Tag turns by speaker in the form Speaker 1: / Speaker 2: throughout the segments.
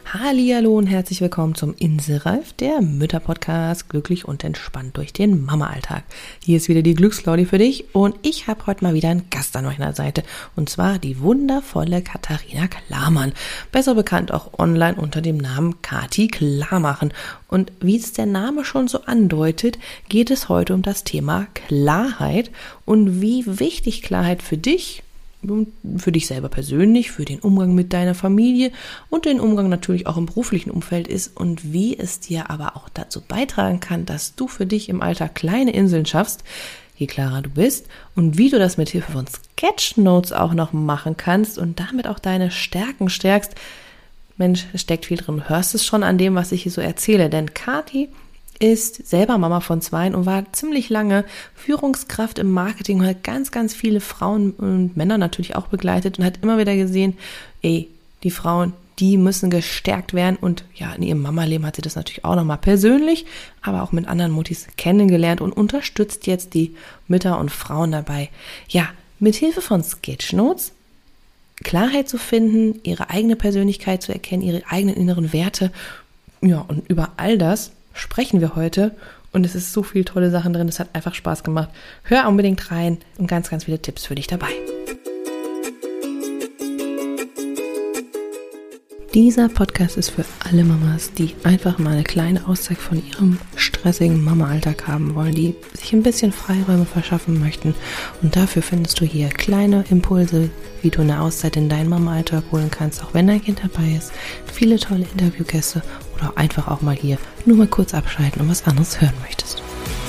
Speaker 1: Hallihallo und herzlich willkommen zum Inselreif, der Mütter-Podcast, glücklich und entspannt durch den Mama-Alltag. Hier ist wieder die Glückslaudi für dich und ich habe heute mal wieder einen Gast an meiner Seite und zwar die wundervolle Katharina Klarmann, besser bekannt auch online unter dem Namen Kati Klarmachen. Und wie es der Name schon so andeutet, geht es heute um das Thema Klarheit und wie wichtig Klarheit für dich selber persönlich, für den Umgang mit deiner Familie und den Umgang natürlich auch im beruflichen Umfeld ist und wie es dir aber auch dazu beitragen kann, dass du für dich im Alltag kleine Inseln schaffst, je klarer du bist und wie du das mit Hilfe von Sketchnotes auch noch machen kannst und damit auch deine Stärken stärkst. Mensch, es steckt viel drin. Du hörst es schon an dem, was ich hier so erzähle, denn Kati ist selber Mama von 2 und war ziemlich lange Führungskraft im Marketing und hat ganz, ganz viele Frauen und Männer natürlich auch begleitet und hat immer wieder gesehen, die Frauen, die müssen gestärkt werden und ja, in ihrem Mama-Leben hat sie das natürlich auch nochmal persönlich, aber auch mit anderen Mutis kennengelernt und unterstützt jetzt die Mütter und Frauen dabei, ja, mit Hilfe von Sketchnotes Klarheit zu finden, ihre eigene Persönlichkeit zu erkennen, ihre eigenen inneren Werte, ja, und über all das sprechen wir heute und es ist so viele tolle Sachen drin, es hat einfach Spaß gemacht. Hör unbedingt rein und ganz, ganz viele Tipps für dich dabei. Dieser Podcast ist für alle Mamas, die einfach mal eine kleine Auszeit von ihrem stressigen Mama-Alltag haben wollen, die sich ein bisschen Freiräume verschaffen möchten. Und dafür findest du hier kleine Impulse, wie du eine Auszeit in deinen Mama-Alltag holen kannst, auch wenn dein Kind dabei ist. Viele tolle Interviewgäste oder einfach auch mal hier nur mal kurz abschalten und was anderes hören möchtest.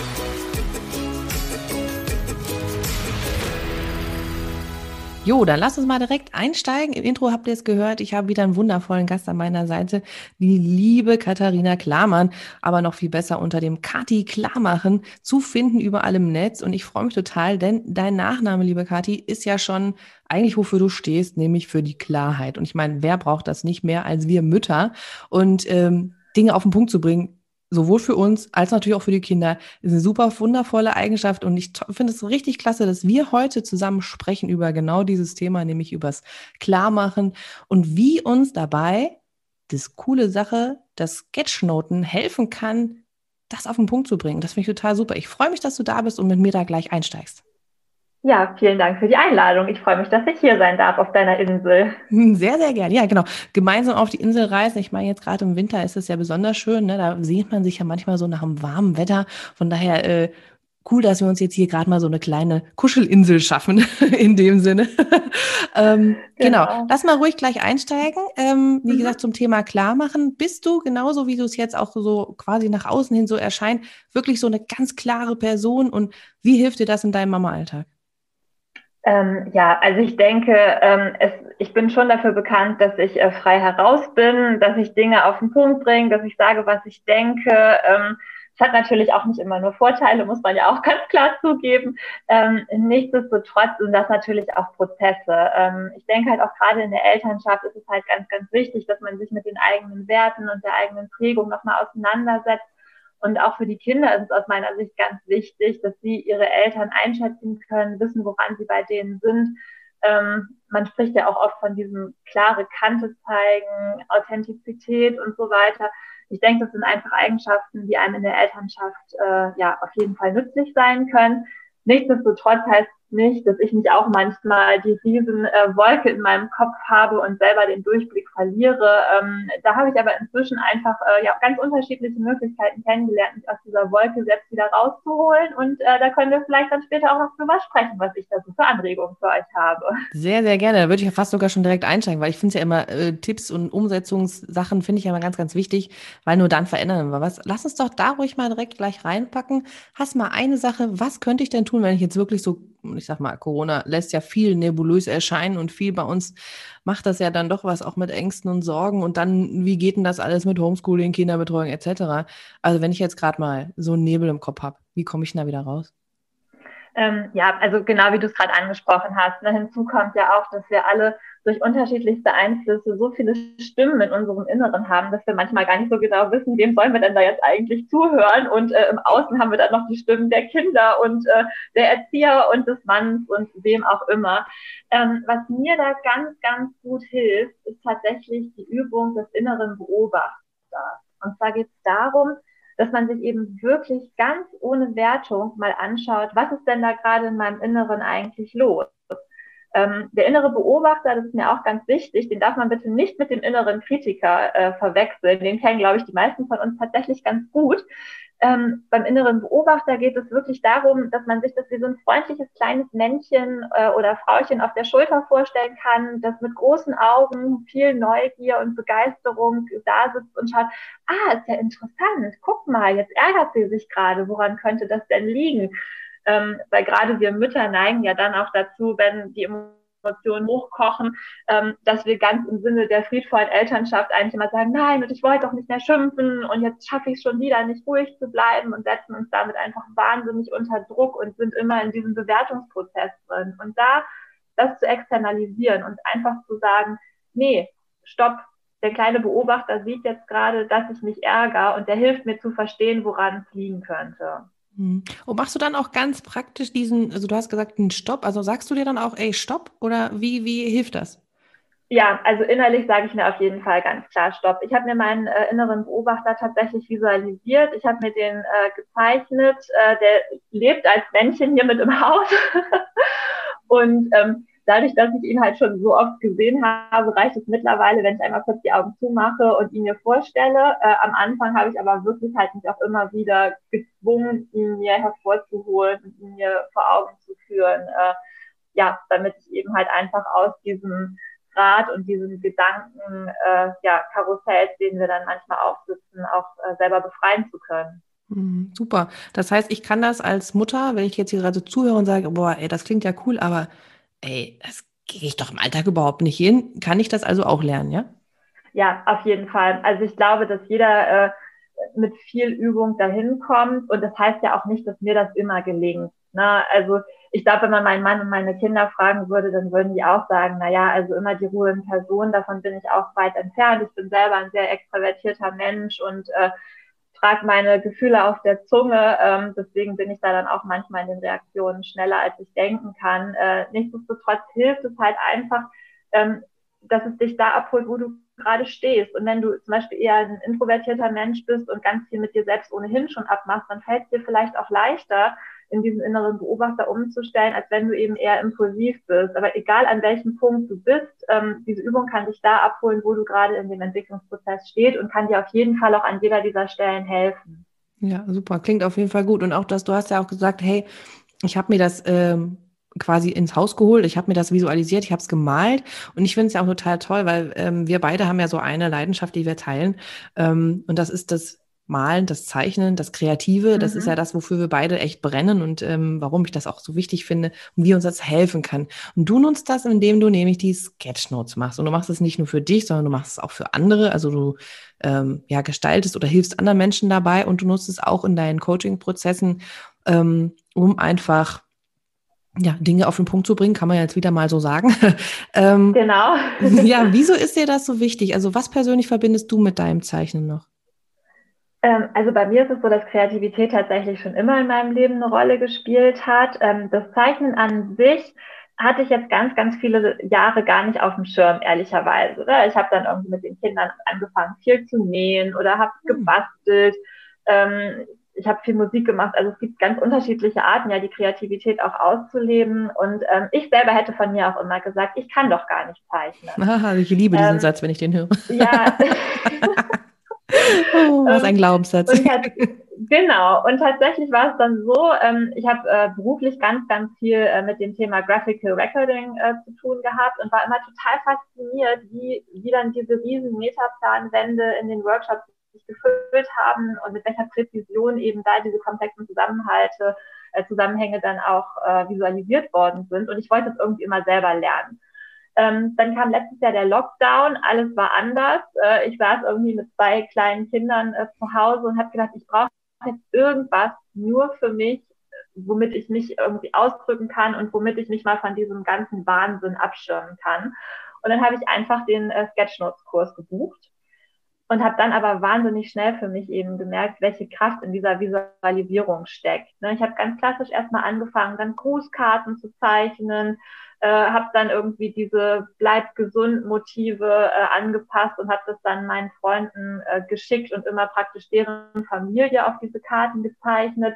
Speaker 1: Jo, dann lass uns mal direkt einsteigen. Im Intro habt ihr es gehört, ich habe wieder einen wundervollen Gast an meiner Seite, die liebe Katharina Klarmann, aber noch viel besser unter dem Kati Klarmachen zu finden überall im Netz. Und ich freue mich total, denn dein Nachname, liebe Kati, ist ja schon eigentlich, wofür du stehst, nämlich für die Klarheit. Und ich meine, wer braucht das nicht mehr als wir Mütter? Und Dinge auf den Punkt zu bringen, sowohl für uns als natürlich auch für die Kinder, ist eine super wundervolle Eigenschaft und ich finde es richtig klasse, dass wir heute zusammen sprechen über genau dieses Thema, nämlich übers Klarmachen und wie uns dabei das coole Sache, das Sketchnoten helfen kann, das auf den Punkt zu bringen. Das finde ich total super. Ich freue mich, dass du da bist und mit mir da gleich einsteigst.
Speaker 2: Ja, vielen Dank für die Einladung. Ich freue mich, dass ich hier sein darf auf deiner Insel.
Speaker 1: Sehr, sehr gern. Ja, genau. Gemeinsam auf die Insel reisen. Ich meine, jetzt gerade im Winter ist es ja besonders schön. Ne? Da sehnt man sich ja manchmal so nach einem warmen Wetter. Von daher cool, dass wir uns jetzt hier gerade mal so eine kleine Kuschelinsel schaffen, in dem Sinne. Genau. Lass mal ruhig gleich einsteigen. Wie gesagt, zum Thema Klarmachen. Bist du, genauso wie du es jetzt auch so quasi nach außen hin so erscheint, wirklich so eine ganz klare Person? Und wie hilft dir das in deinem Mama-Alltag?
Speaker 2: Ja, also ich denke, ich bin schon dafür bekannt, dass ich frei heraus bin, dass ich Dinge auf den Punkt bringe, dass ich sage, was ich denke. Es hat natürlich auch nicht immer nur Vorteile, muss man ja auch ganz klar zugeben. Nichtsdestotrotz sind das natürlich auch Prozesse. Ich denke halt auch gerade in der Elternschaft ist es halt ganz, ganz wichtig, dass man sich mit den eigenen Werten und der eigenen Prägung nochmal auseinandersetzt. Und auch für die Kinder ist es aus meiner Sicht ganz wichtig, dass sie ihre Eltern einschätzen können, wissen, woran sie bei denen sind. Man spricht ja auch oft von diesem klare Kante zeigen, Authentizität und so weiter. Ich denke, das sind einfach Eigenschaften, die einem in der Elternschaft auf jeden Fall nützlich sein können. Nichtsdestotrotz heißt nicht, dass ich nicht auch manchmal die riesen Wolke in meinem Kopf habe und selber den Durchblick verliere. Da habe ich aber inzwischen einfach ganz unterschiedliche Möglichkeiten kennengelernt, mich aus dieser Wolke selbst wieder rauszuholen. Und da können wir vielleicht dann später auch noch drüber sprechen, was ich da so für Anregungen für euch habe.
Speaker 1: Sehr, sehr gerne. Da würde ich ja fast sogar schon direkt einsteigen, weil ich finde es ja immer, Tipps und Umsetzungssachen finde ich ja immer ganz, ganz wichtig, weil nur dann verändern wir was. Lass uns doch da ruhig mal direkt gleich reinpacken. Hast mal eine Sache, was könnte ich denn tun, wenn ich jetzt wirklich so, ich sag mal, Corona lässt ja viel nebulös erscheinen und viel bei uns macht das ja dann doch was auch mit Ängsten und Sorgen und dann, wie geht denn das alles mit Homeschooling, Kinderbetreuung etc.? Also wenn ich jetzt gerade mal so einen Nebel im Kopf habe, wie komme ich denn da wieder raus?
Speaker 2: Also genau wie du es gerade angesprochen hast. Hinzu kommt ja auch, dass wir alle durch unterschiedlichste Einflüsse so viele Stimmen in unserem Inneren haben, dass wir manchmal gar nicht so genau wissen, wem sollen wir denn da jetzt eigentlich zuhören. Und im Außen haben wir dann noch die Stimmen der Kinder und der Erzieher und des Mannes und wem auch immer. Was mir da ganz, ganz gut hilft, ist ist tatsächlich die Übung des inneren Beobachters. Und zwar geht es darum, dass man sich eben wirklich ganz ohne Wertung mal anschaut, was ist denn da gerade in meinem Inneren eigentlich los? Der innere Beobachter, das ist mir auch ganz wichtig, den darf man bitte nicht mit dem inneren Kritiker verwechseln. Den kennen, glaube ich, die meisten von uns tatsächlich ganz gut. Beim inneren Beobachter geht es wirklich darum, dass man sich das wie so ein freundliches kleines Männchen oder Frauchen auf der Schulter vorstellen kann, das mit großen Augen, viel Neugier und Begeisterung da sitzt und schaut, ist ja interessant, guck mal, jetzt ärgert sie sich gerade, woran könnte das denn liegen? Weil gerade wir Mütter neigen ja dann auch dazu, wenn die Emotionen hochkochen, dass wir ganz im Sinne der friedvollen Elternschaft eigentlich immer sagen, nein, und ich wollte doch nicht mehr schimpfen und jetzt schaffe ich es schon wieder, nicht ruhig zu bleiben und setzen uns damit einfach wahnsinnig unter Druck und sind immer in diesem Bewertungsprozess drin. Und da das zu externalisieren und einfach zu sagen, nee, stopp, der kleine Beobachter sieht jetzt gerade, dass ich mich ärgere und der hilft mir zu verstehen, woran es liegen könnte.
Speaker 1: Und machst du dann auch ganz praktisch also du hast gesagt, einen Stopp, also sagst du dir dann auch, ey, Stopp, oder wie hilft das?
Speaker 2: Ja, also innerlich sage ich mir auf jeden Fall ganz klar Stopp. Ich habe mir meinen inneren Beobachter tatsächlich visualisiert. Ich habe mir den gezeichnet. Der lebt als Männchen hier mit im Haus. Und dadurch, dass ich ihn halt schon so oft gesehen habe, reicht es mittlerweile, wenn ich einmal kurz die Augen zumache und ihn mir vorstelle. Am Anfang habe ich aber wirklich halt mich auch immer wieder gezwungen, ihn mir hervorzuholen und ihn mir vor Augen zu führen. Damit ich eben halt einfach aus diesem Rad und diesem Gedanken, Karussells, den wir dann manchmal aufsitzen, auch selber befreien zu können.
Speaker 1: Super. Das heißt, ich kann das als Mutter, wenn ich jetzt hier gerade zuhöre und sage, boah, ey, das klingt ja cool, aber ey, das kriege ich doch im Alltag überhaupt nicht hin. Kann ich das also auch lernen, ja?
Speaker 2: Ja, auf jeden Fall. Also ich glaube, dass jeder mit viel Übung dahin kommt. Und das heißt ja auch nicht, dass mir das immer gelingt. Ne? Also ich glaube, wenn man meinen Mann und meine Kinder fragen würde, dann würden die auch sagen, also immer die Ruhe in Person, davon bin ich auch weit entfernt. Ich bin selber ein sehr extravertierter Mensch und trage meine Gefühle auf der Zunge. Deswegen bin ich da dann auch manchmal in den Reaktionen schneller, als ich denken kann. Nichtsdestotrotz hilft es halt einfach, dass es dich da abholt, wo du gerade stehst. Und wenn du zum Beispiel eher ein introvertierter Mensch bist und ganz viel mit dir selbst ohnehin schon abmachst, dann fällt es dir vielleicht auch leichter, in diesen inneren Beobachter umzustellen, als wenn du eben eher impulsiv bist. Aber egal an welchem Punkt du bist, diese Übung kann dich da abholen, wo du gerade in dem Entwicklungsprozess stehst und kann dir auf jeden Fall auch an jeder dieser Stellen helfen.
Speaker 1: Ja, super. Klingt auf jeden Fall gut. Und auch du hast ja auch gesagt, hey, ich habe mir das quasi ins Haus geholt, ich habe mir das visualisiert, ich habe es gemalt und ich finde es ja auch total toll, weil wir beide haben ja so eine Leidenschaft, die wir teilen, und das ist das Malen, das Zeichnen, das Kreative, das ist ja das, wofür wir beide echt brennen und warum ich das auch so wichtig finde und wie uns das helfen kann. Und du nutzt das, indem du nämlich die Sketchnotes machst und du machst es nicht nur für dich, sondern du machst es auch für andere, also du gestaltest oder hilfst anderen Menschen dabei und du nutzt es auch in deinen Coaching-Prozessen, um einfach Dinge auf den Punkt zu bringen, kann man jetzt wieder mal so sagen.
Speaker 2: Genau.
Speaker 1: Ja, wieso ist dir das so wichtig? Also was persönlich verbindest du mit deinem Zeichnen noch?
Speaker 2: Also bei mir ist es so, dass Kreativität tatsächlich schon immer in meinem Leben eine Rolle gespielt hat. Das Zeichnen an sich hatte ich jetzt ganz, ganz viele Jahre gar nicht auf dem Schirm, ehrlicherweise. Oder? Ich habe dann irgendwie mit den Kindern angefangen, viel zu nähen oder habe gebastelt. Ich habe viel Musik gemacht. Also es gibt ganz unterschiedliche Arten, ja, die Kreativität auch auszuleben. Und ich selber hätte von mir auch immer gesagt, ich kann doch gar nicht zeichnen.
Speaker 1: Aha, ich liebe diesen Satz, wenn ich den höre.
Speaker 2: Ja.
Speaker 1: Oh, was ein Glaubenssatz.
Speaker 2: Genau. Und tatsächlich war es dann so, ich habe beruflich ganz, ganz viel mit dem Thema Graphical Recording zu tun gehabt und war immer total fasziniert, wie dann diese riesen Metaplanwände in den Workshops sich gefüllt haben und mit welcher Präzision eben da diese komplexen Zusammenhänge dann auch visualisiert worden sind. Und ich wollte es irgendwie immer selber lernen. Dann kam letztes Jahr der Lockdown, alles war anders. Ich saß irgendwie mit 2 kleinen Kindern zu Hause und habe gedacht, ich brauche jetzt irgendwas nur für mich, womit ich mich irgendwie ausdrücken kann und womit ich mich mal von diesem ganzen Wahnsinn abschirmen kann. Und dann habe ich einfach den Sketchnotes-Kurs gebucht und habe dann aber wahnsinnig schnell für mich eben gemerkt, welche Kraft in dieser Visualisierung steckt. Ich habe ganz klassisch erstmal angefangen, dann Grußkarten zu zeichnen, habe dann irgendwie diese Bleib gesund Motive angepasst und habe das dann meinen Freunden geschickt und immer praktisch deren Familie auf diese Karten gezeichnet.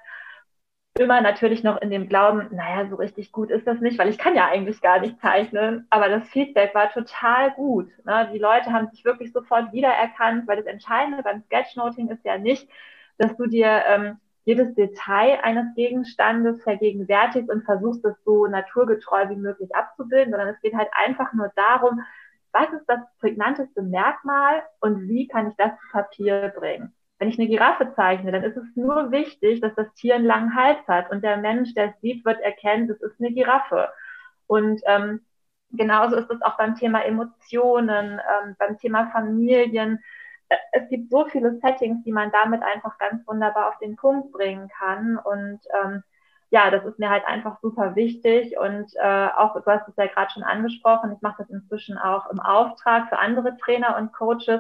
Speaker 2: Immer natürlich noch in dem Glauben, naja, so richtig gut ist das nicht, weil ich kann ja eigentlich gar nicht zeichnen. Aber das Feedback war total gut. Ne? Die Leute haben sich wirklich sofort wiedererkannt, weil das Entscheidende beim Sketchnoting ist ja nicht, dass du dir jedes Detail eines Gegenstandes vergegenwärtigst und versuchst, es so naturgetreu wie möglich abzubilden, sondern es geht halt einfach nur darum, was ist das prägnanteste Merkmal und wie kann ich das zu Papier bringen. Wenn ich eine Giraffe zeichne, dann ist es nur wichtig, dass das Tier einen langen Hals hat und der Mensch, der es sieht, wird erkennen, das ist eine Giraffe. Und genauso ist es auch beim Thema Emotionen, beim Thema Familien. Es gibt so viele Settings, die man damit einfach ganz wunderbar auf den Punkt bringen kann. Und ja, das ist mir halt einfach super wichtig. Und auch, du hast es ja gerade schon angesprochen, ich mache das inzwischen auch im Auftrag für andere Trainer und Coaches.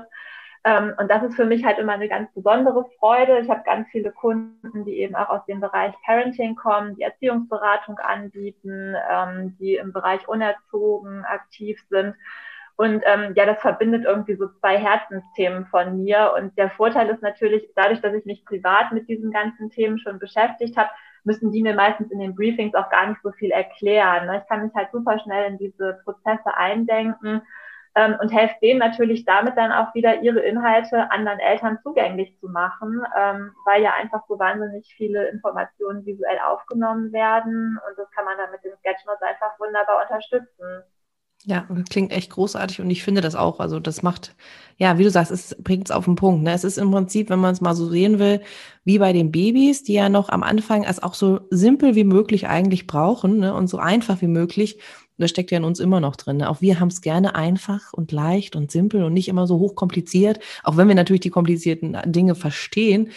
Speaker 2: Und das ist für mich halt immer eine ganz besondere Freude. Ich habe ganz viele Kunden, die eben auch aus dem Bereich Parenting kommen, die Erziehungsberatung anbieten, die im Bereich Unerzogen aktiv sind. Und ja, das verbindet irgendwie so zwei Herzensthemen von mir. Und der Vorteil ist natürlich, dadurch, dass ich mich privat mit diesen ganzen Themen schon beschäftigt habe, müssen die mir meistens in den Briefings auch gar nicht so viel erklären. Ich kann mich halt super schnell in diese Prozesse eindenken und helfe denen natürlich damit dann auch wieder ihre Inhalte anderen Eltern zugänglich zu machen, weil ja einfach so wahnsinnig viele Informationen visuell aufgenommen werden und das kann man dann mit den Sketchnotes einfach wunderbar unterstützen.
Speaker 1: Ja, klingt echt großartig und ich finde das auch. Also das macht, ja, wie du sagst, es bringt es auf den Punkt. Ne? Es ist im Prinzip, wenn man es mal so sehen will, wie bei den Babys, die ja noch am Anfang es auch so simpel wie möglich eigentlich brauchen, ne? Und so einfach wie möglich. Das steckt ja in uns immer noch drin. Ne? Auch wir haben es gerne einfach und leicht und simpel und nicht immer so hochkompliziert, auch wenn wir natürlich die komplizierten Dinge verstehen.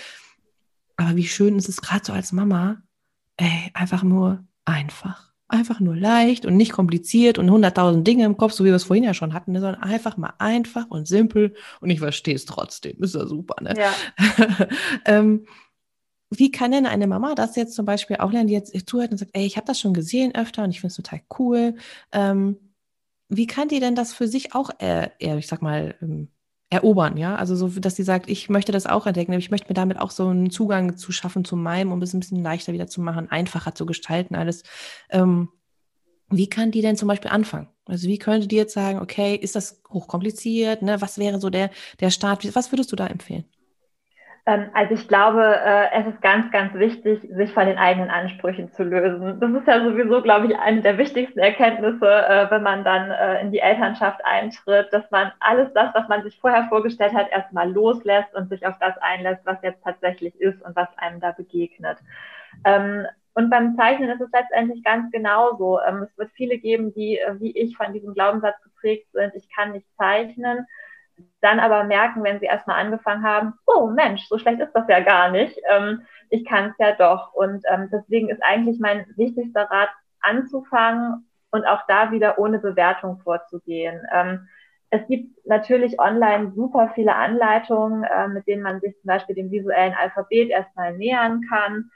Speaker 1: Aber wie schön ist es gerade so als Mama, ey, einfach nur einfach. Einfach nur leicht und nicht kompliziert und 100.000 Dinge im Kopf, so wie wir es vorhin ja schon hatten, ne, sondern einfach mal einfach und simpel und ich verstehe es trotzdem. Ist ja super, ne?
Speaker 2: Ja.
Speaker 1: ähm, Wie kann denn eine Mama das jetzt zum Beispiel auch lernen, die jetzt zuhört und sagt, ey, ich habe das schon gesehen öfter und ich finde es total cool. Ähm, Wie kann die denn das für sich auch, ich sag mal, erobern, ja? Also so, dass sie sagt, ich möchte das auch entdecken, ich möchte mir damit auch so einen Zugang zu schaffen zu meinem, um es ein bisschen leichter wieder zu machen, einfacher zu gestalten, alles. Ähm, Wie kann die denn zum Beispiel anfangen? Also wie könnte die jetzt sagen, okay, ist das hochkompliziert, ne? Was wäre so der Start? Was würdest du da empfehlen?
Speaker 2: Also ich glaube, es ist ganz, ganz wichtig, sich von den eigenen Ansprüchen zu lösen. Das ist ja sowieso, glaube ich, eine der wichtigsten Erkenntnisse, wenn man dann in die Elternschaft eintritt, dass man alles das, was man sich vorher vorgestellt hat, erstmal loslässt und sich auf das einlässt, was jetzt tatsächlich ist und was einem da begegnet. Und beim Zeichnen ist es letztendlich ganz genauso. Es wird viele geben, die, wie ich, von diesem Glaubenssatz geprägt sind, ich kann nicht zeichnen, dann aber merken, wenn sie erstmal angefangen haben, oh Mensch, so schlecht ist das ja gar nicht. Ich kann es ja doch. Und deswegen ist eigentlich mein wichtigster Rat, anzufangen und auch da wieder ohne Bewertung vorzugehen. Es gibt natürlich online super viele Anleitungen, mit denen man sich zum Beispiel dem visuellen Alphabet erstmal nähern kann.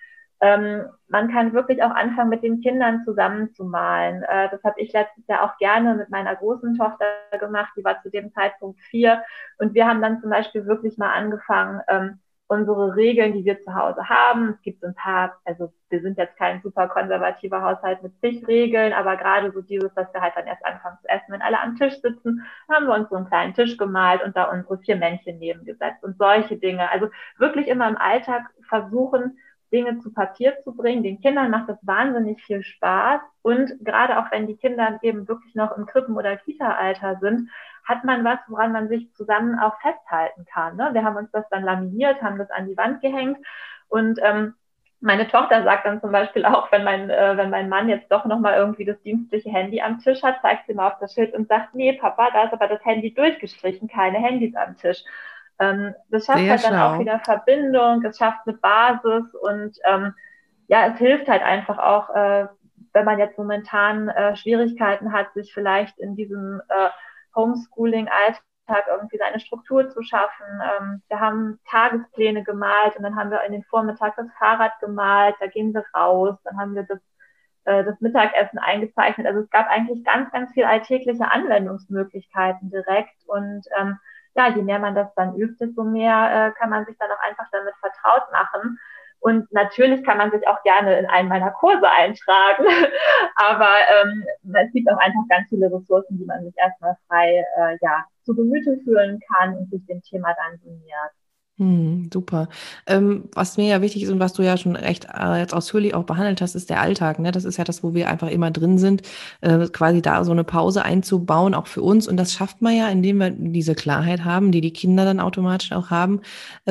Speaker 2: Man kann wirklich auch anfangen, mit den Kindern zusammen zu malen. Das habe ich letztes Jahr auch gerne mit meiner großen Tochter gemacht. Die war zu dem Zeitpunkt 4. Und wir haben dann zum Beispiel wirklich mal angefangen, unsere Regeln, die wir zu Hause haben. Es gibt ein paar, also wir sind jetzt kein super konservativer Haushalt mit zig Regeln, aber gerade so dieses, dass wir halt dann erst anfangen zu essen, wenn alle am Tisch sitzen, haben wir uns so einen kleinen Tisch gemalt und da unsere 4 Männchen nebengesetzt und solche Dinge. Also wirklich immer im Alltag versuchen, Dinge zu Papier zu bringen. Den Kindern macht das wahnsinnig viel Spaß. Und gerade auch wenn die Kinder eben wirklich noch im Krippen- oder Kita-Alter sind, hat man was, woran man sich zusammen auch festhalten kann. Ne? Wir haben uns das dann laminiert, haben das an die Wand gehängt und meine Tochter sagt dann zum Beispiel auch, wenn mein Mann jetzt doch nochmal irgendwie das dienstliche Handy am Tisch hat, zeigt sie mal auf das Schild und sagt, nee, Papa, da ist aber das Handy durchgestrichen, keine Handys am Tisch. Das schafft
Speaker 1: Sehr
Speaker 2: halt dann auch
Speaker 1: schlau.
Speaker 2: wieder Verbindung, es schafft eine Basis und ja, es hilft halt einfach auch, wenn man jetzt momentan Schwierigkeiten hat, sich vielleicht in diesem Homeschooling-Alltag irgendwie seine Struktur zu schaffen. Wir haben Tagespläne gemalt und dann haben wir in den Vormittag das Fahrrad gemalt, da gehen wir raus, dann haben wir das das Mittagessen eingezeichnet. Also es gab eigentlich ganz, ganz viel alltägliche Anwendungsmöglichkeiten direkt. Und ja, je mehr man das dann übt, desto mehr kann man sich dann auch einfach damit vertraut machen. Und natürlich kann man sich auch gerne in einen meiner Kurse eintragen, aber es gibt auch einfach ganz viele Ressourcen, die man sich erstmal frei ja, zu Gemüte führen kann und sich dem Thema dann so nähert.
Speaker 1: Super. Was mir ja wichtig ist und was du ja schon recht jetzt ausführlich auch behandelt hast, ist der Alltag. Ne? Das ist ja das, wo wir einfach immer drin sind, quasi da so eine Pause einzubauen, auch für uns. Und das schafft man ja, indem wir diese Klarheit haben, die die Kinder dann automatisch auch haben.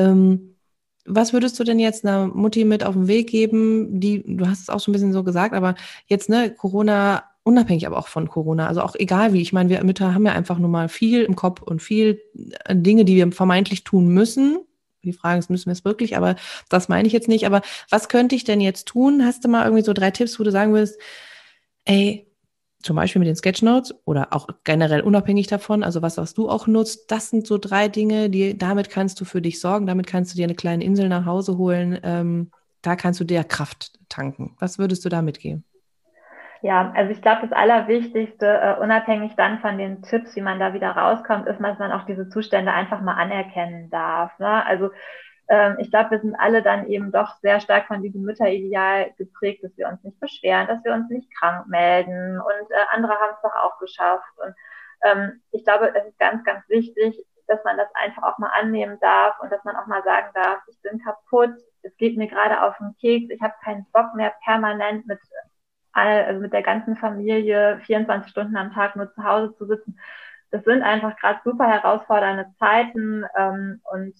Speaker 1: Was würdest du denn jetzt einer Mutti mit auf den Weg geben, die, du hast es auch schon ein bisschen so gesagt, aber jetzt, ne, Corona, unabhängig aber auch von Corona, also auch egal wie, ich meine, wir Mütter haben ja einfach nur mal viel im Kopf und viel Dinge, die wir vermeintlich tun müssen. Die Frage ist, müssen wir es wirklich, aber das meine ich jetzt nicht. Aber was könnte ich denn jetzt tun? Hast du mal irgendwie so 3 Tipps, wo du sagen würdest, ey, zum Beispiel mit den Sketchnotes oder auch generell unabhängig davon, also was du auch nutzt, das sind so 3 Dinge, damit kannst du für dich sorgen, damit kannst du dir eine kleine Insel nach Hause holen, da kannst du dir Kraft tanken. Was würdest du da mitgeben?
Speaker 2: Ja, also ich glaube, das Allerwichtigste, unabhängig dann von den Tipps, wie man da wieder rauskommt, ist, dass man auch diese Zustände einfach mal anerkennen darf. Ne? Also ich glaube, wir sind alle dann eben doch sehr stark von diesem Mütterideal geprägt, dass wir uns nicht beschweren, dass wir uns nicht krank melden und andere haben es doch auch geschafft. Und ich glaube, es ist ganz, ganz wichtig, dass man das einfach auch mal annehmen darf und dass man auch mal sagen darf, ich bin kaputt, es geht mir gerade auf den Keks, ich habe keinen Bock mehr permanent also mit der ganzen Familie 24 Stunden am Tag nur zu Hause zu sitzen. Das sind einfach gerade super herausfordernde Zeiten und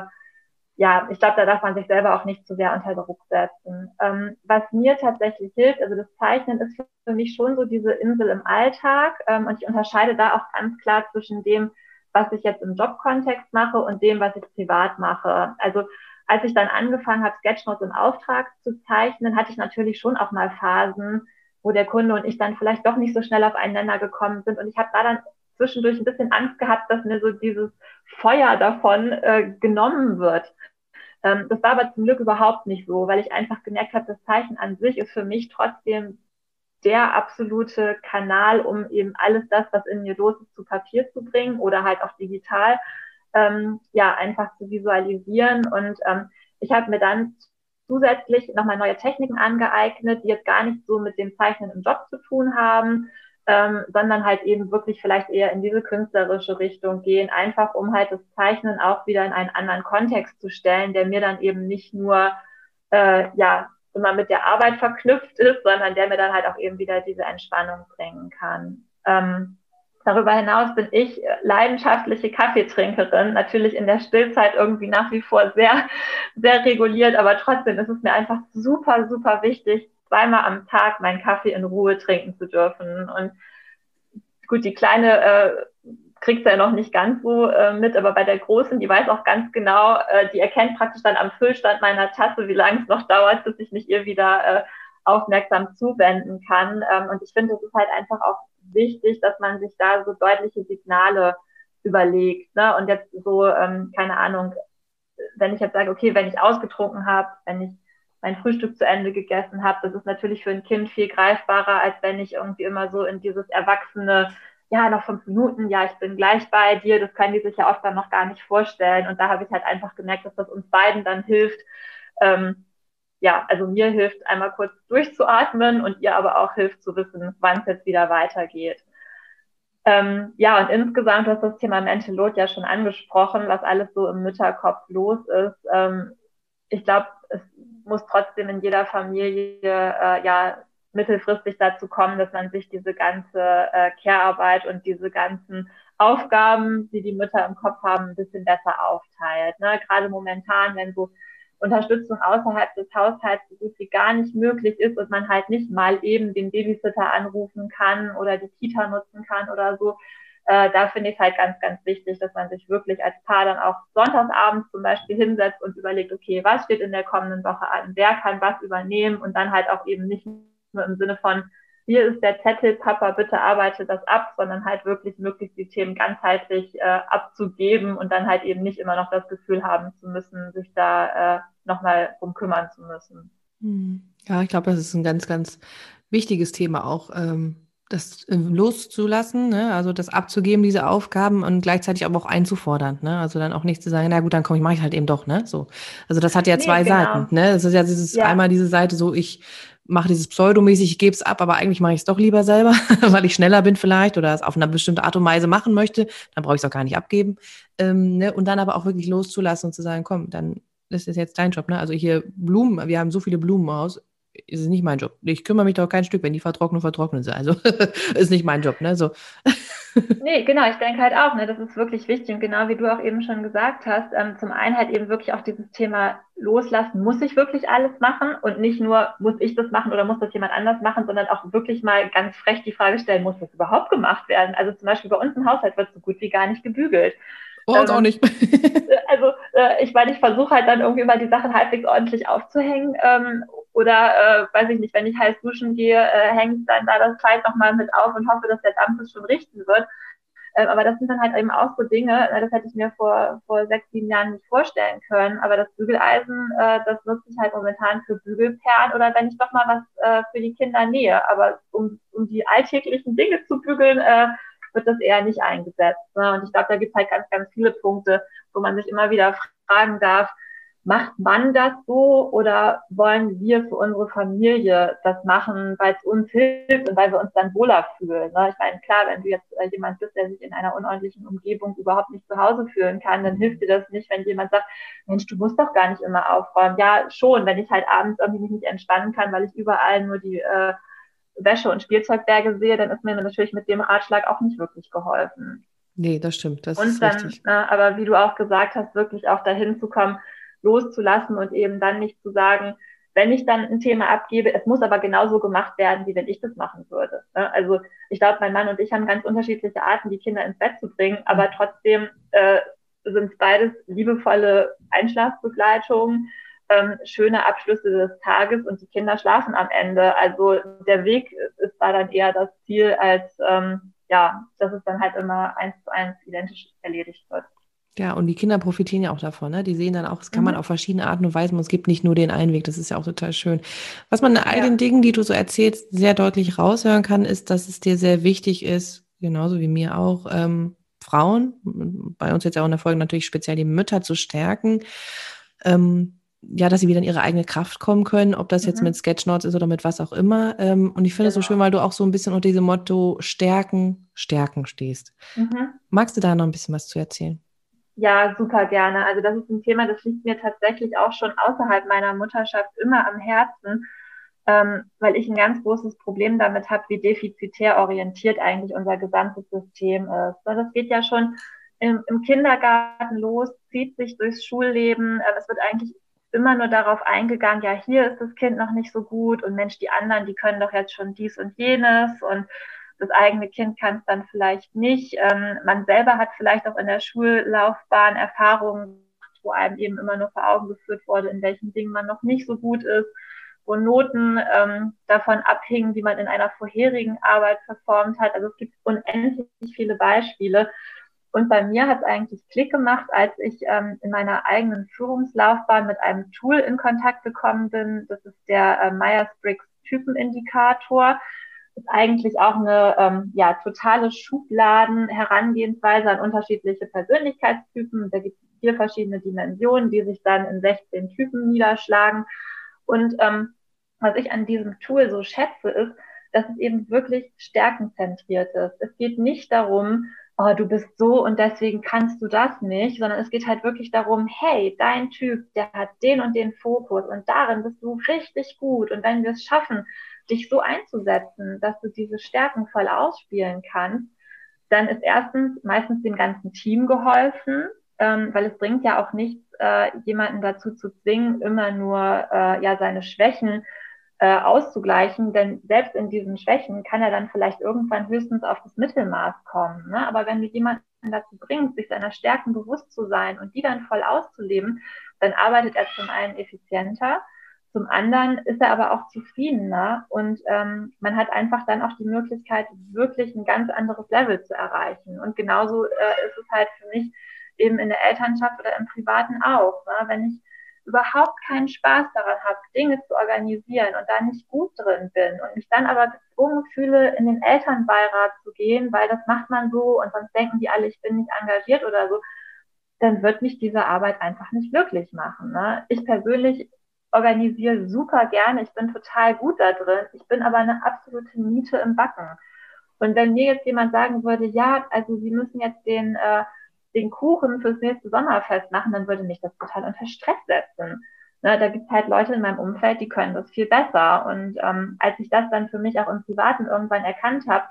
Speaker 2: ja, ich glaube, da darf man sich selber auch nicht zu sehr unter Druck setzen. Was mir tatsächlich hilft, also das Zeichnen ist für mich schon so diese Insel im Alltag und ich unterscheide da auch ganz klar zwischen dem, was ich jetzt im Jobkontext mache und dem, was ich privat mache. Also als ich dann angefangen habe, Sketchnotes im Auftrag zu zeichnen, hatte ich natürlich schon auch mal Phasen, wo der Kunde und ich dann vielleicht doch nicht so schnell auf einen Nenner gekommen sind. Und ich habe da dann zwischendurch ein bisschen Angst gehabt, dass mir so dieses Feuer davon genommen wird. Das war aber zum Glück überhaupt nicht so, weil ich einfach gemerkt habe, das Zeichen an sich ist für mich trotzdem der absolute Kanal, um eben alles das, was in mir los ist, zu Papier zu bringen oder halt auch digital, ja, einfach zu visualisieren. Und ich habe mir dann zusätzlich nochmal neue Techniken angeeignet, die jetzt gar nicht so mit dem Zeichnen im Job zu tun haben, sondern halt eben wirklich vielleicht eher in diese künstlerische Richtung gehen, einfach um halt das Zeichnen auch wieder in einen anderen Kontext zu stellen, der mir dann eben nicht nur ja immer mit der Arbeit verknüpft ist, sondern der mir dann halt auch eben wieder diese Entspannung bringen kann. Darüber hinaus bin ich leidenschaftliche Kaffeetrinkerin, natürlich in der Stillzeit irgendwie nach wie vor sehr, sehr reguliert, aber trotzdem ist es mir einfach super, super wichtig, 2-mal am Tag meinen Kaffee in Ruhe trinken zu dürfen. Und gut, die Kleine kriegt ja noch nicht ganz so mit, aber bei der Großen, die weiß auch ganz genau, die erkennt praktisch dann am Füllstand meiner Tasse, wie lange es noch dauert, bis ich mich ihr wieder aufmerksam zuwenden kann. Und ich finde, es ist halt einfach auch wichtig, dass man sich da so deutliche Signale überlegt. Ne? Und jetzt so, keine Ahnung, wenn ich jetzt sage, okay, wenn ich ausgetrunken habe, wenn ich mein Frühstück zu Ende gegessen habe, das ist natürlich für ein Kind viel greifbarer, als wenn ich irgendwie immer so in dieses erwachsene, ja, noch 5 Minuten, ja, ich bin gleich bei dir, das können die sich ja oft dann noch gar nicht vorstellen. Und da habe ich halt einfach gemerkt, dass das uns beiden dann hilft, ja, also mir hilft einmal kurz durchzuatmen und ihr aber auch hilft zu wissen, wann es jetzt wieder weitergeht. Ja, und insgesamt hast du das Thema Mental Load ja schon angesprochen, was alles so im Mütterkopf los ist. Ich glaube, es muss trotzdem in jeder Familie ja mittelfristig dazu kommen, dass man sich diese ganze Care-Arbeit und diese ganzen Aufgaben, die die Mütter im Kopf haben, ein bisschen besser aufteilt. Ne? Gerade momentan, wenn so Unterstützung außerhalb des Haushalts so gut wie gar nicht möglich ist und man halt nicht mal eben den Babysitter anrufen kann oder die Kita nutzen kann oder so. Da finde ich es halt ganz, ganz wichtig, dass man sich wirklich als Paar dann auch sonntagsabends zum Beispiel hinsetzt und überlegt, okay, was steht in der kommenden Woche an, wer kann was übernehmen und dann halt auch eben nicht nur im Sinne von, hier ist der Zettel, Papa, bitte arbeite das ab, sondern halt wirklich möglichst die Themen ganzheitlich abzugeben und dann halt eben nicht immer noch das Gefühl haben zu müssen, sich da nochmal drum kümmern zu müssen.
Speaker 1: Ja, ich glaube, das ist ein ganz, ganz wichtiges Thema auch, das loszulassen, ne? Also das abzugeben, diese Aufgaben und gleichzeitig aber auch einzufordern, ne? Also dann auch nicht zu sagen, na gut, dann komm, ich mache ich halt eben doch, ne? So. Also das hat ja
Speaker 2: Nee,
Speaker 1: zwei Seiten,
Speaker 2: genau.
Speaker 1: ne? Es ist ja dieses
Speaker 2: Ja,
Speaker 1: einmal diese Seite, so ich mache dieses pseudomäßig, ich gebe es ab, aber eigentlich mache ich es doch lieber selber, weil ich schneller bin vielleicht oder es auf eine bestimmte Art und Weise machen möchte, dann brauche ich es auch gar nicht abgeben. Ne? Und dann aber auch wirklich loszulassen und zu sagen, komm, dann ist es jetzt dein Job, ne? Also hier Blumen, wir haben so viele Blumen im Haus, ist es nicht mein Job. Ich kümmere mich doch kein Stück, wenn die vertrocknen, vertrocknen sie. Also ist nicht mein Job, ne? So.
Speaker 2: nee, genau, ich denke halt auch, ne, das ist wirklich wichtig und genau wie du auch eben schon gesagt hast, zum einen halt eben wirklich auch dieses Thema loslassen, muss ich wirklich alles machen und nicht nur, muss ich das machen oder muss das jemand anders machen, sondern auch wirklich mal ganz frech die Frage stellen, muss das überhaupt gemacht werden? Also zum Beispiel bei uns im Haushalt wird so gut wie gar nicht gebügelt.
Speaker 1: Oh, uns auch
Speaker 2: Ähm,
Speaker 1: nicht.
Speaker 2: also ich meine, ich versuche halt dann irgendwie mal die Sachen halbwegs ordentlich aufzuhängen. Oder weiß ich nicht, wenn ich heiß duschen gehe, hänge ich dann da das Kleid nochmal mit auf und hoffe, dass der Dampf es schon richten wird. Aber das sind dann halt eben auch so Dinge, das hätte ich mir vor 6, 7 Jahren nicht vorstellen können. Aber das Bügeleisen, das nutze ich halt momentan für Bügelperlen oder wenn ich doch mal was für die Kinder nähe. Aber um die alltäglichen Dinge zu bügeln, wird das eher nicht eingesetzt. Ne? Und ich glaube, da gibt es halt ganz, ganz viele Punkte, wo man sich immer wieder fragen darf, macht man das so oder wollen wir für unsere Familie das machen, weil es uns hilft und weil wir uns dann wohler fühlen? Ne? Ich meine, klar, wenn du jetzt jemand bist, der sich in einer unordentlichen Umgebung überhaupt nicht zu Hause fühlen kann, dann hilft dir das nicht, wenn jemand sagt, Mensch, du musst doch gar nicht immer aufräumen. Ja, schon, wenn ich halt abends irgendwie mich nicht entspannen kann, weil ich überall nur die Wäsche- und Spielzeugberge sehe, dann ist mir natürlich mit dem Ratschlag auch nicht wirklich geholfen.
Speaker 1: Nee, das stimmt, das
Speaker 2: Und
Speaker 1: ist
Speaker 2: dann,
Speaker 1: richtig.
Speaker 2: aber wie du auch gesagt hast, wirklich auch dahin zu kommen, loszulassen und eben dann nicht zu sagen, wenn ich dann ein Thema abgebe, es muss aber genauso gemacht werden, wie wenn ich das machen würde. Also ich glaube, mein Mann und ich haben ganz unterschiedliche Arten, die Kinder ins Bett zu bringen, aber trotzdem sind es beides liebevolle Einschlafbegleitungen, schöne Abschlüsse des Tages und die Kinder schlafen am Ende. Also der Weg ist da dann eher das Ziel, als ja, dass es dann halt immer 1:1 identisch erledigt wird.
Speaker 1: Ja, und die Kinder profitieren ja auch davon, ne? Die sehen dann auch, das kann man
Speaker 2: Mhm.
Speaker 1: auf verschiedene Arten und Weisen, und es gibt nicht nur den einen Weg, das ist ja auch total schön. Was man in all den
Speaker 2: Ja.
Speaker 1: Dingen, die du so erzählst, sehr deutlich raushören kann, ist, dass es dir sehr wichtig ist, genauso wie mir auch, Frauen, bei uns jetzt ja auch in der Folge natürlich speziell die Mütter zu stärken, ja, dass sie wieder in ihre eigene Kraft kommen können, ob das jetzt mit
Speaker 2: Mhm.
Speaker 1: Sketchnotes ist oder mit was auch immer. Und ich finde es so schön,
Speaker 2: Genau.
Speaker 1: weil du auch so ein bisschen unter diesem Motto Stärken, Stärken stehst.
Speaker 2: Mhm.
Speaker 1: Magst du da noch ein bisschen was zu erzählen?
Speaker 2: Ja, super gerne. Also das ist ein Thema, das liegt mir tatsächlich auch schon außerhalb meiner Mutterschaft immer am Herzen, weil ich ein ganz großes Problem damit habe, wie defizitär orientiert eigentlich unser gesamtes System ist. Das geht ja schon im Kindergarten los, zieht sich durchs Schulleben. Es wird eigentlich immer nur darauf eingegangen, ja, hier ist das Kind noch nicht so gut und Mensch, die anderen, die können doch jetzt schon dies und jenes und das eigene Kind kann es dann vielleicht nicht. Man selber hat vielleicht auch in der Schullaufbahn Erfahrungen, wo einem eben immer nur vor Augen geführt wurde, in welchen Dingen man noch nicht so gut ist, wo Noten davon abhingen, wie man in einer vorherigen Arbeit performt hat. Also es gibt unendlich viele Beispiele. Und bei mir hat es eigentlich Klick gemacht, als ich in meiner eigenen Führungslaufbahn mit einem Tool in Kontakt gekommen bin. Das ist der Myers-Briggs Typenindikator. Ist eigentlich auch eine ja, totale Schubladen-Herangehensweise an unterschiedliche Persönlichkeitstypen. Da gibt es 4 verschiedene Dimensionen, die sich dann in 16 Typen niederschlagen. Und was ich an diesem Tool so schätze, ist, dass es eben wirklich stärkenzentriert ist. Es geht nicht darum, oh, du bist so und deswegen kannst du das nicht, sondern es geht halt wirklich darum, hey, dein Typ, der hat den und den Fokus und darin bist du richtig gut. Und wenn wir es schaffen, dich so einzusetzen, dass du diese Stärken voll ausspielen kannst, dann ist erstens meistens dem ganzen Team geholfen, weil es bringt ja auch nichts, jemanden dazu zu zwingen, immer nur ja seine Schwächen auszugleichen, denn selbst in diesen Schwächen kann er dann vielleicht irgendwann höchstens auf das Mittelmaß kommen. Ne? Aber wenn du jemanden dazu bringst, sich seiner Stärken bewusst zu sein und die dann voll auszuleben, dann arbeitet er zum einen effizienter, zum anderen ist er aber auch zufriedener und man hat einfach dann auch die Möglichkeit, wirklich ein ganz anderes Level zu erreichen. Und genauso ist es halt für mich eben in der Elternschaft oder im Privaten auch. Ne? Wenn ich überhaupt keinen Spaß daran habe, Dinge zu organisieren und da nicht gut drin bin und mich dann aber gezwungen fühle, in den Elternbeirat zu gehen, weil das macht man so und sonst denken die alle, ich bin nicht engagiert oder so, dann wird mich diese Arbeit einfach nicht glücklich machen. Ne? Ich persönlich organisiere super gerne, ich bin total gut da drin, ich bin aber eine absolute Niete im Backen. Und wenn mir jetzt jemand sagen würde, ja, also Sie müssen jetzt den Kuchen fürs nächste Sommerfest machen, dann würde mich das total unter Stress setzen. Ne, da gibt es halt Leute in meinem Umfeld, die können das viel besser. Und als ich das dann für mich auch im Privaten irgendwann erkannt habe,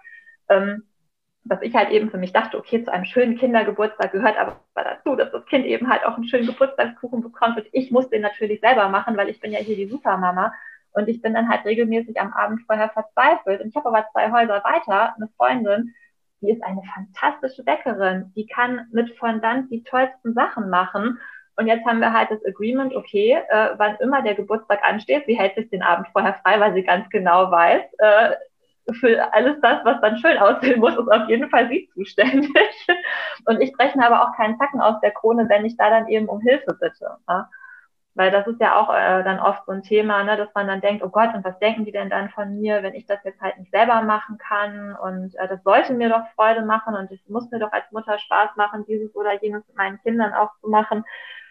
Speaker 2: dass ich halt eben für mich dachte, okay, zu einem schönen Kindergeburtstag gehört aber dazu, dass das Kind eben halt auch einen schönen Geburtstagskuchen bekommt. Und ich muss den natürlich selber machen, weil ich bin ja hier die Supermama. Und ich bin dann halt regelmäßig am Abend vorher verzweifelt. Und ich habe aber 2 Häuser weiter eine Freundin, die ist eine fantastische Bäckerin. Die kann mit Fondant die tollsten Sachen machen. Und jetzt haben wir halt das Agreement, okay, wann immer der Geburtstag ansteht, sie hält sich den Abend vorher frei, weil sie ganz genau weiß, für alles das, was dann schön aussehen muss, ist auf jeden Fall sie zuständig. Und ich breche mir aber auch keinen Zacken aus der Krone, wenn ich da dann eben um Hilfe bitte. Ne? Weil das ist ja auch dann oft so ein Thema, ne, dass man dann denkt, oh Gott, und was denken die denn dann von mir, wenn ich das jetzt halt nicht selber machen kann? Und das sollte mir doch Freude machen und es muss mir doch als Mutter Spaß machen, dieses oder jenes mit meinen Kindern auch zu machen.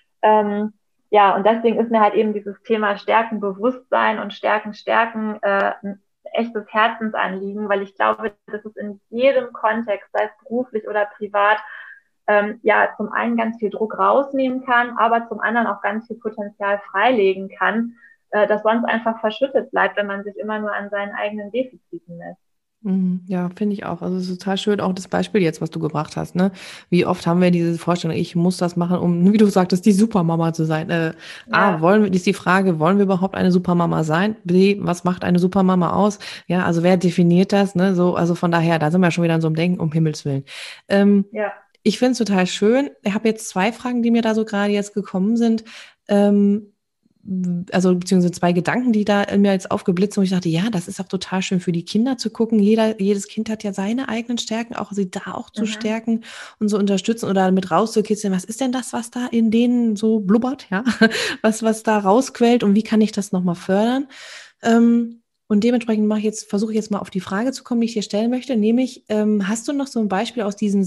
Speaker 2: Ja, und deswegen ist mir halt eben dieses Thema Stärken, Bewusstsein und Stärken ein echtes Herzensanliegen, weil ich glaube, dass es in jedem Kontext, sei es beruflich oder privat, ja, zum einen ganz viel Druck rausnehmen kann, aber zum anderen auch ganz viel Potenzial freilegen kann, das sonst einfach verschüttet bleibt, wenn man sich immer nur an seinen eigenen Defiziten misst.
Speaker 1: Ja, finde ich auch. Also es ist total schön, auch das Beispiel jetzt, was du gebracht hast, ne? Wie oft haben wir diese Vorstellung, ich muss das machen, um, wie du sagtest, die Supermama zu sein.
Speaker 2: Ja.
Speaker 1: Ist die Frage, wollen wir überhaupt eine Supermama sein? B, was macht eine Supermama aus? Ja, also wer definiert das, ne? So, also von daher, da sind wir schon wieder in so einem Denken, um Himmels Willen.
Speaker 2: Ja.
Speaker 1: Ich finde es total schön. Ich habe jetzt 2 Fragen, die mir da so gerade jetzt gekommen sind. Also beziehungsweise 2 Gedanken, die da in mir jetzt aufgeblitzt sind, und ich dachte, ja, das ist auch total schön für die Kinder zu gucken. Jedes Kind hat ja seine eigenen Stärken, auch sie da auch zu stärken und so unterstützen oder mit rauszukitzeln. Was ist denn das, was da in denen so blubbert, ja? Was da rausquellt und wie kann ich das nochmal fördern? Und dementsprechend versuche ich jetzt mal auf die Frage zu kommen, die ich dir stellen möchte, nämlich, hast du noch so ein Beispiel aus diesen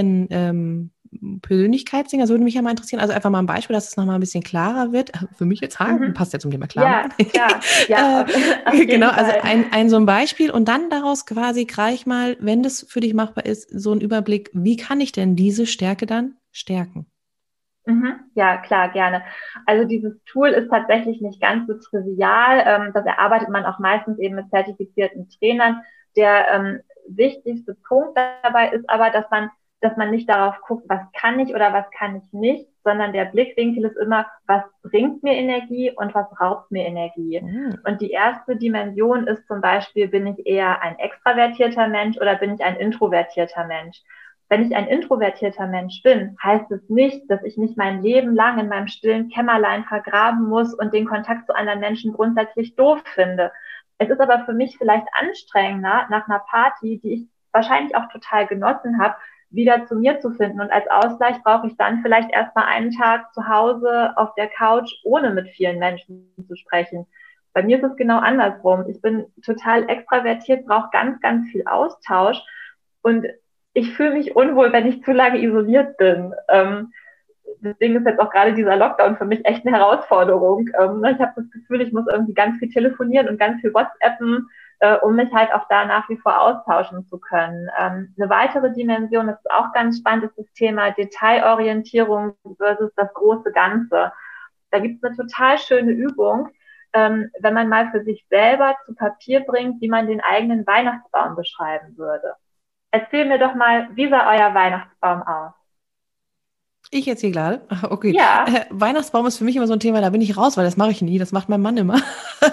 Speaker 1: 16 Persönlichkeitsdingen? Das würde mich ja mal interessieren. Also einfach mal ein Beispiel, dass es nochmal ein bisschen klarer wird. Für mich jetzt, passt ja zum Thema klar
Speaker 2: Ja,
Speaker 1: machen.
Speaker 2: klar. Ja, auf jeden
Speaker 1: Genau,
Speaker 2: Fall.
Speaker 1: also ein so ein Beispiel und dann daraus quasi gleich mal, wenn das für dich machbar ist, so ein Überblick, wie kann ich denn diese Stärke dann stärken?
Speaker 2: Ja, klar, gerne. Also dieses Tool ist tatsächlich nicht ganz so trivial. Das erarbeitet man auch meistens eben mit zertifizierten Trainern. Der wichtigste Punkt dabei ist aber, dass man nicht darauf guckt, was kann ich oder was kann ich nicht, sondern der Blickwinkel ist immer, was bringt mir Energie und was raubt mir Energie. Und die erste Dimension ist zum Beispiel, bin ich eher ein extravertierter Mensch oder bin ich ein introvertierter Mensch? Wenn ich ein introvertierter Mensch bin, heißt es nicht, dass ich nicht mein Leben lang in meinem stillen Kämmerlein vergraben muss und den Kontakt zu anderen Menschen grundsätzlich doof finde. Es ist aber für mich vielleicht anstrengender, nach einer Party, die ich wahrscheinlich auch total genossen habe, wieder zu mir zu finden. Und als Ausgleich brauche ich dann vielleicht erstmal einen Tag zu Hause auf der Couch, ohne mit vielen Menschen zu sprechen. Bei mir ist es genau andersrum. Ich bin total extravertiert, brauche ganz, ganz viel Austausch. Und ich fühle mich unwohl, wenn ich zu lange isoliert bin. Deswegen ist jetzt auch gerade dieser Lockdown für mich echt eine Herausforderung. Ich habe das Gefühl, ich muss irgendwie ganz viel telefonieren und ganz viel WhatsAppen, um mich halt auch da nach wie vor austauschen zu können. Eine weitere Dimension, das ist auch ganz spannend, ist das Thema Detailorientierung versus das große Ganze. Da gibt es eine total schöne Übung, wenn man mal für sich selber zu Papier bringt, wie man den eigenen Weihnachtsbaum beschreiben würde. Erzähl mir doch mal, wie sah euer Weihnachtsbaum aus?
Speaker 1: Ich jetzt hier gerade? Okay.
Speaker 2: Ja.
Speaker 1: Weihnachtsbaum ist für mich immer so ein Thema, da bin ich raus, weil das mache ich nie, das macht mein Mann immer.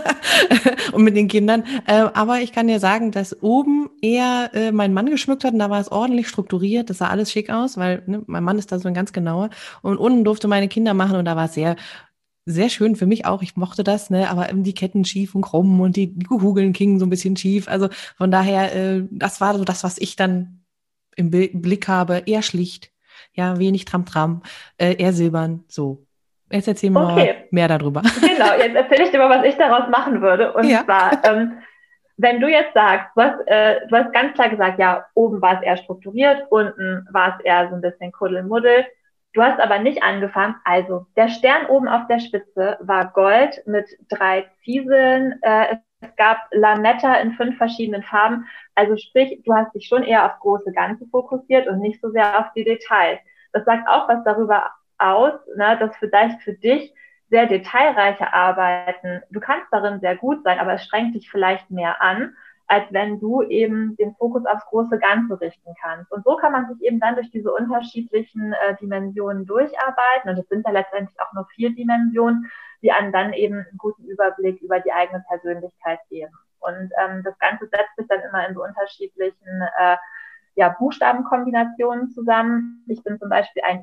Speaker 1: Und mit den Kindern. Aber ich kann dir sagen, dass oben eher mein Mann geschmückt hat und da war es ordentlich strukturiert, das sah alles schick aus, weil ne, mein Mann ist da so ein ganz genauer. Und unten durfte meine Kinder machen und da war es sehr, sehr schön für mich auch. Ich mochte das, ne, aber die Ketten schief und krumm und die Kugeln gingen so ein bisschen schief. Also von daher, das war so das, was ich dann im Blick habe, eher schlicht. Ja, wenig Tram-Tram, eher silbern, so. Jetzt erzähl mir mal
Speaker 2: Okay,
Speaker 1: mehr darüber.
Speaker 2: genau. Jetzt erzähle ich dir mal, was ich daraus machen würde. Und
Speaker 1: Ja.
Speaker 2: zwar, wenn du jetzt sagst, du hast ganz klar gesagt, ja, oben war es eher strukturiert, unten war es eher so ein bisschen Kuddelmuddel. Du hast aber nicht angefangen. Also, der Stern oben auf der Spitze war Gold mit 3 Zieseln. Es gab Lametta in 5 verschiedenen Farben. Also sprich, du hast dich schon eher aufs große Ganze fokussiert und nicht so sehr auf die Details. Das sagt auch was darüber aus, ne, dass vielleicht für dich sehr detailreiche Arbeiten, du kannst darin sehr gut sein, aber es strengt dich vielleicht mehr an, als wenn du eben den Fokus aufs große Ganze richten kannst. Und so kann man sich eben dann durch diese unterschiedlichen Dimensionen durcharbeiten. Und es sind ja letztendlich auch nur 4 Dimensionen, die einem dann eben einen guten Überblick über die eigene Persönlichkeit geben. Und das Ganze setzt sich dann immer in so unterschiedlichen ja, Buchstabenkombinationen zusammen. Ich bin zum Beispiel ein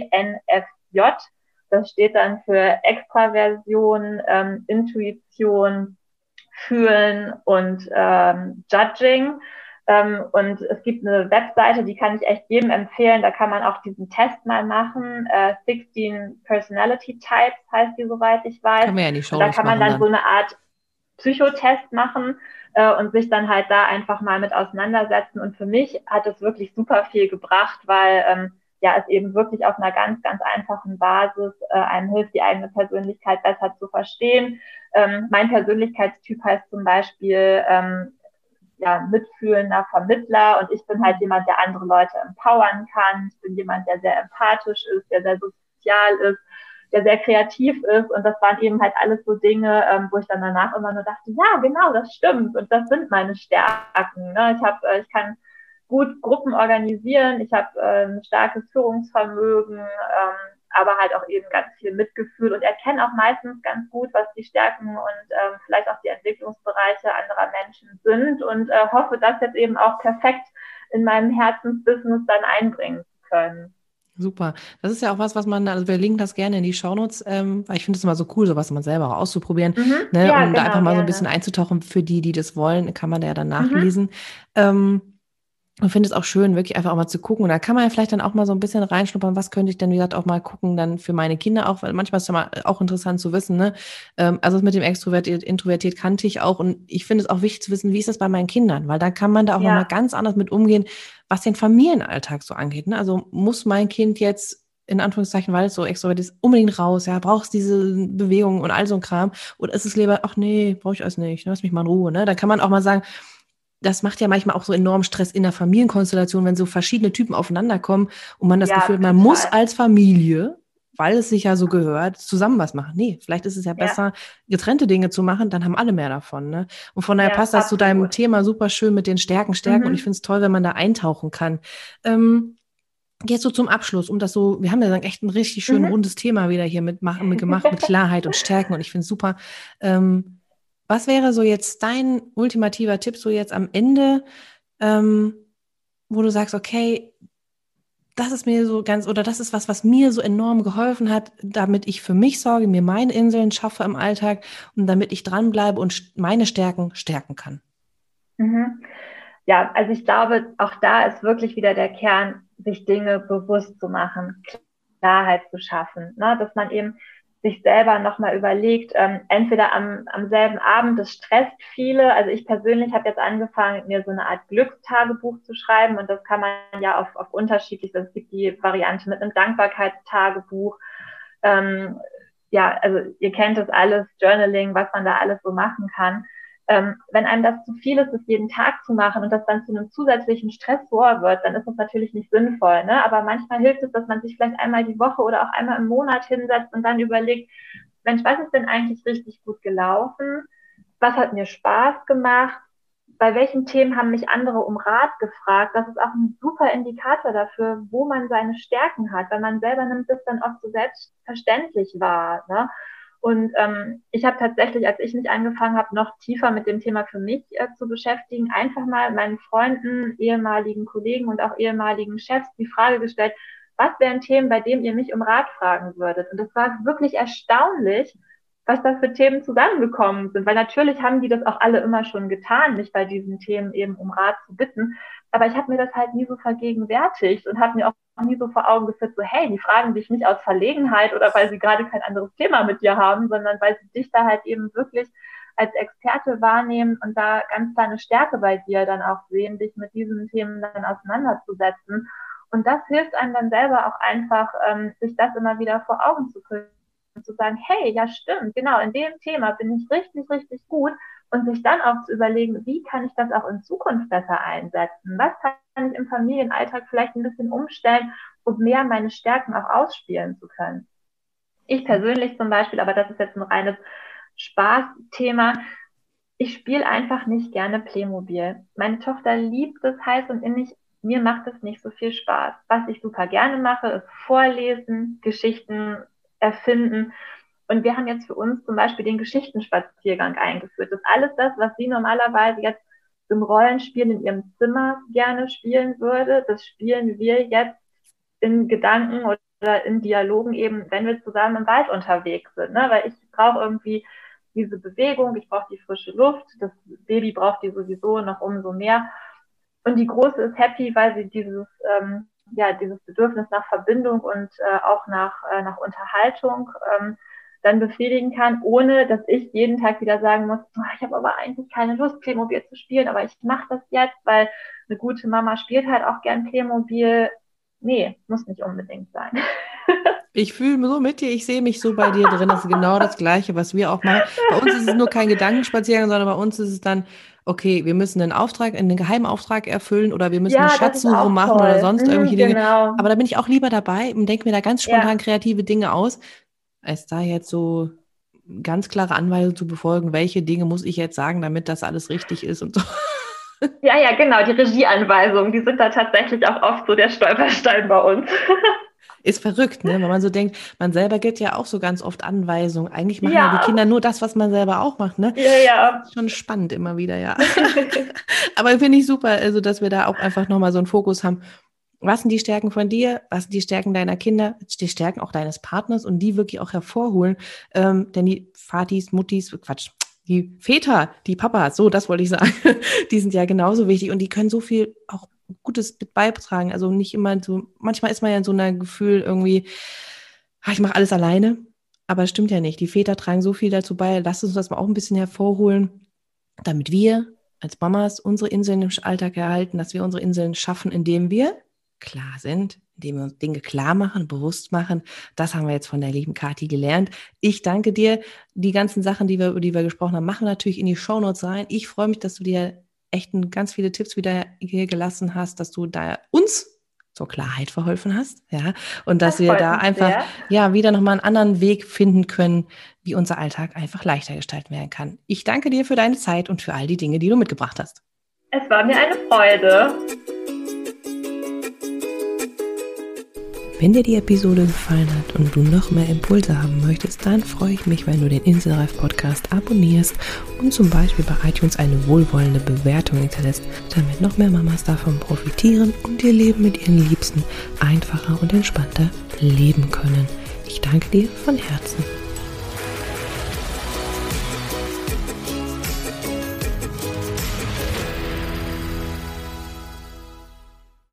Speaker 2: ENFJ. Das steht dann für Extraversion, Intuition, Fühlen und Judging. Und es gibt eine Webseite, die kann ich echt jedem empfehlen. Da kann man auch diesen Test mal machen. 16 Personality Types heißt die, soweit ich weiß.
Speaker 1: Können wir ja in die
Speaker 2: Und da
Speaker 1: Shownotes
Speaker 2: kann man
Speaker 1: machen
Speaker 2: dann
Speaker 1: dann.
Speaker 2: so eine Art Psychotest machen und sich dann halt da einfach mal mit auseinandersetzen. Und für mich hat es wirklich super viel gebracht, weil ja es eben wirklich auf einer ganz, ganz einfachen Basis einem hilft, die eigene Persönlichkeit besser zu verstehen. Mein Persönlichkeitstyp heißt zum Beispiel ja, mitfühlender Vermittler und ich bin halt jemand, der andere Leute empowern kann. Ich bin jemand, der sehr empathisch ist, der sehr sozial ist, der sehr kreativ ist und das waren eben halt alles so Dinge, wo ich dann danach immer nur dachte, ja, genau, das stimmt und das sind meine Stärken. Ne? Ich kann gut Gruppen organisieren, ich habe ein starkes Führungsvermögen, aber halt auch eben ganz viel Mitgefühl und erkenne auch meistens ganz gut, was die Stärken und vielleicht auch die Entwicklungsbereiche anderer Menschen sind und hoffe, das jetzt eben auch perfekt in meinem Herzensbusiness dann einbringen zu können.
Speaker 1: Super. Das ist ja auch was man, also wir linken das gerne in die Shownotes, weil ich finde es immer so cool, sowas mal selber auch auszuprobieren,
Speaker 2: Mhm.
Speaker 1: ne,
Speaker 2: Ja,
Speaker 1: um da einfach
Speaker 2: genau,
Speaker 1: mal so ein bisschen
Speaker 2: gerne.
Speaker 1: einzutauchen für die, die das wollen, kann man da ja dann
Speaker 2: Mhm.
Speaker 1: nachlesen. Und finde es auch schön, wirklich einfach auch mal zu gucken. Und da kann man ja vielleicht dann auch mal so ein bisschen reinschnuppern, was könnte ich denn, wie gesagt, auch mal gucken, dann für meine Kinder auch, weil manchmal ist es ja mal auch interessant zu wissen, ne? Also das mit dem Extrovertiert, Introvertiert kannte ich auch. Und ich finde es auch wichtig zu wissen, wie ist das bei meinen Kindern? Weil da kann man da auch nochmal
Speaker 2: Ja,
Speaker 1: ganz anders mit umgehen, was den Familienalltag so angeht. Ne? Also muss mein Kind jetzt in Anführungszeichen, weil es so extrovertiert ist, unbedingt raus, ja, brauchst diese Bewegung und all so ein Kram. Oder ist es lieber, ach nee, brauche ich alles nicht, lass mich mal in Ruhe, ne? Da kann man auch mal sagen, das macht ja manchmal auch so enormen Stress in der Familienkonstellation, wenn so verschiedene Typen aufeinander kommen und man das
Speaker 2: ja,
Speaker 1: Gefühl hat, man muss
Speaker 2: total.
Speaker 1: als Familie, weil es sich ja so gehört, zusammen was machen. Nee, vielleicht ist es ja
Speaker 2: Ja,
Speaker 1: besser, getrennte Dinge zu machen, dann haben alle mehr davon. Ne? Und von daher
Speaker 2: ja,
Speaker 1: passt das zu deinem
Speaker 2: absolut.
Speaker 1: Thema super schön mit den Stärken. Und ich
Speaker 2: Mhm.
Speaker 1: finde es toll, wenn man da eintauchen kann. Ähm, Jetzt so zum Abschluss, um das so, wir haben ja dann echt ein richtig schön
Speaker 2: Mhm.
Speaker 1: rundes Thema wieder hier mit gemacht, mit Klarheit und Stärken und ich finde es super. Ähm, Was wäre so jetzt dein ultimativer Tipp so jetzt am Ende, ähm, wo du sagst, okay, das ist mir so ganz, oder das ist was, was mir so enorm geholfen hat, damit ich für mich sorge, mir meine Inseln schaffe im Alltag und damit ich dranbleibe und meine Stärken stärken kann.
Speaker 2: Mhm. Ja, also ich glaube, auch da ist wirklich wieder der Kern, sich Dinge bewusst zu machen, Klarheit zu schaffen, ne? Dass man eben sich selber nochmal überlegt, entweder am selben Abend, das stresst viele. Also ich persönlich habe jetzt angefangen, mir so eine Art Glückstagebuch zu schreiben und das kann man ja auf unterschiedlich, es gibt die Variante mit einem Dankbarkeitstagebuch. Ähm, ja, also ihr kennt das alles, Journaling, was man da alles so machen kann. Wenn einem das zu viel ist, das jeden Tag zu machen und das dann zu einem zusätzlichen Stressor wird, dann ist das natürlich nicht sinnvoll. Ne? Aber manchmal hilft es, dass man sich vielleicht einmal die Woche oder auch einmal im Monat hinsetzt und dann überlegt, Mensch, was ist denn eigentlich richtig gut gelaufen? Was hat mir Spaß gemacht? Bei welchen Themen haben mich andere um Rat gefragt? Das ist auch ein super Indikator dafür, wo man seine Stärken hat, weil man selber nimmt es dann oft so selbstverständlich wahr. Ne? Und ich habe tatsächlich, als ich mich angefangen habe, noch tiefer mit dem Thema für mich zu beschäftigen, einfach mal meinen Freunden, ehemaligen Kollegen und auch ehemaligen Chefs die Frage gestellt, was wären Themen, bei denen ihr mich um Rat fragen würdet? Und es war wirklich erstaunlich, was da für Themen zusammengekommen sind. Weil natürlich haben die das auch alle immer schon getan, mich bei diesen Themen eben um Rat zu bitten. Aber ich habe mir das halt nie so vergegenwärtigt und habe mir auch nie so vor Augen geführt, so hey, die fragen dich nicht aus Verlegenheit oder weil sie gerade kein anderes Thema mit dir haben, sondern weil sie dich da halt eben wirklich als Experte wahrnehmen und da ganz kleine Stärke bei dir dann auch sehen, dich mit diesen Themen dann auseinanderzusetzen. Und das hilft einem dann selber auch einfach, sich das immer wieder vor Augen zu führen und zu sagen, hey, ja stimmt, genau, in dem Thema bin ich richtig, richtig gut. Und sich dann auch zu überlegen, wie kann ich das auch in Zukunft besser einsetzen? Was kann ich im Familienalltag vielleicht ein bisschen umstellen, um mehr meine Stärken auch ausspielen zu können? Ich persönlich zum Beispiel, aber das ist jetzt ein reines Spaßthema, ich spiele einfach nicht gerne Playmobil. Meine Tochter liebt es heiß und innig, mir macht es nicht so viel Spaß. Was ich super gerne mache, ist vorlesen, Geschichten erfinden. Und wir haben jetzt für uns zum Beispiel den Geschichtenspaziergang eingeführt. Das ist alles das, was sie normalerweise jetzt im Rollenspiel in ihrem Zimmer gerne spielen würde. Das spielen wir jetzt in Gedanken oder in Dialogen eben, wenn wir zusammen im Wald unterwegs sind. Ne? Weil ich brauche irgendwie diese Bewegung, ich brauche die frische Luft. Das Baby braucht die sowieso noch umso mehr. Und die Große ist happy, weil sie dieses Bedürfnis nach Verbindung und auch nach Unterhaltung dann befriedigen kann, ohne dass ich jeden Tag wieder sagen muss, ich habe aber eigentlich keine Lust, Playmobil zu spielen, aber ich mache das jetzt, weil eine gute Mama spielt halt auch gern Playmobil. Nee, muss nicht unbedingt sein.
Speaker 1: Ich fühle so mit dir, ich sehe mich so bei dir drin, das ist genau das Gleiche, was wir auch machen. Bei uns ist es nur kein Gedankenspaziergang, sondern bei uns ist es dann, okay, wir müssen einen geheimen Auftrag erfüllen oder wir müssen eine Schatzsuche machen oder sonst irgendwelche Dinge.
Speaker 2: Genau.
Speaker 1: Aber da bin ich auch lieber dabei und denke mir da ganz spontan kreative Dinge aus, als da jetzt so ganz klare Anweisungen zu befolgen, welche Dinge muss ich jetzt sagen, damit das alles richtig ist und so.
Speaker 2: Ja, genau, die Regieanweisungen, die sind da tatsächlich auch oft so der Stolperstein bei uns.
Speaker 1: Ist verrückt, ne? Wenn man so denkt, man selber gibt ja auch so ganz oft Anweisungen. Eigentlich machen ja die Kinder nur das, was man selber auch macht, ne?
Speaker 2: Ja.
Speaker 1: Das ist schon spannend immer wieder, ja. Aber finde ich super, also dass wir da auch einfach nochmal so einen Fokus haben. Was sind die Stärken von dir? Was sind die Stärken deiner Kinder? Die Stärken auch deines Partners und die wirklich auch hervorholen. Denn die Vatis, Muttis, die Väter, die Papas, so, das wollte ich sagen, die sind ja genauso wichtig und die können so viel auch Gutes mit beitragen. Also nicht immer so, manchmal ist man ja in so einem Gefühl irgendwie, ich mache alles alleine, aber es stimmt ja nicht. Die Väter tragen so viel dazu bei, lasst uns das mal auch ein bisschen hervorholen, damit wir als Mamas unsere Inseln im Alltag erhalten, dass wir unsere Inseln schaffen, indem wir klar sind, indem wir uns Dinge klar machen, bewusst machen. Das haben wir jetzt von der lieben Kathi gelernt. Ich danke dir. Die ganzen Sachen, über die wir gesprochen haben, machen wir natürlich in die Shownotes rein. Ich freue mich, dass du dir echt ganz viele Tipps wieder hier gelassen hast, dass du da uns zur Klarheit verholfen hast, ja, und dass wir da einfach wieder nochmal einen anderen Weg finden können, wie unser Alltag einfach leichter gestalten werden kann. Ich danke dir für deine Zeit und für all die Dinge, die du mitgebracht hast.
Speaker 2: Es war mir eine Freude.
Speaker 1: Wenn dir die Episode gefallen hat und du noch mehr Impulse haben möchtest, dann freue ich mich, wenn du den Inselreif Podcast abonnierst und zum Beispiel bei iTunes eine wohlwollende Bewertung hinterlässt, damit noch mehr Mamas davon profitieren und ihr Leben mit ihren Liebsten einfacher und entspannter leben können. Ich danke dir von Herzen.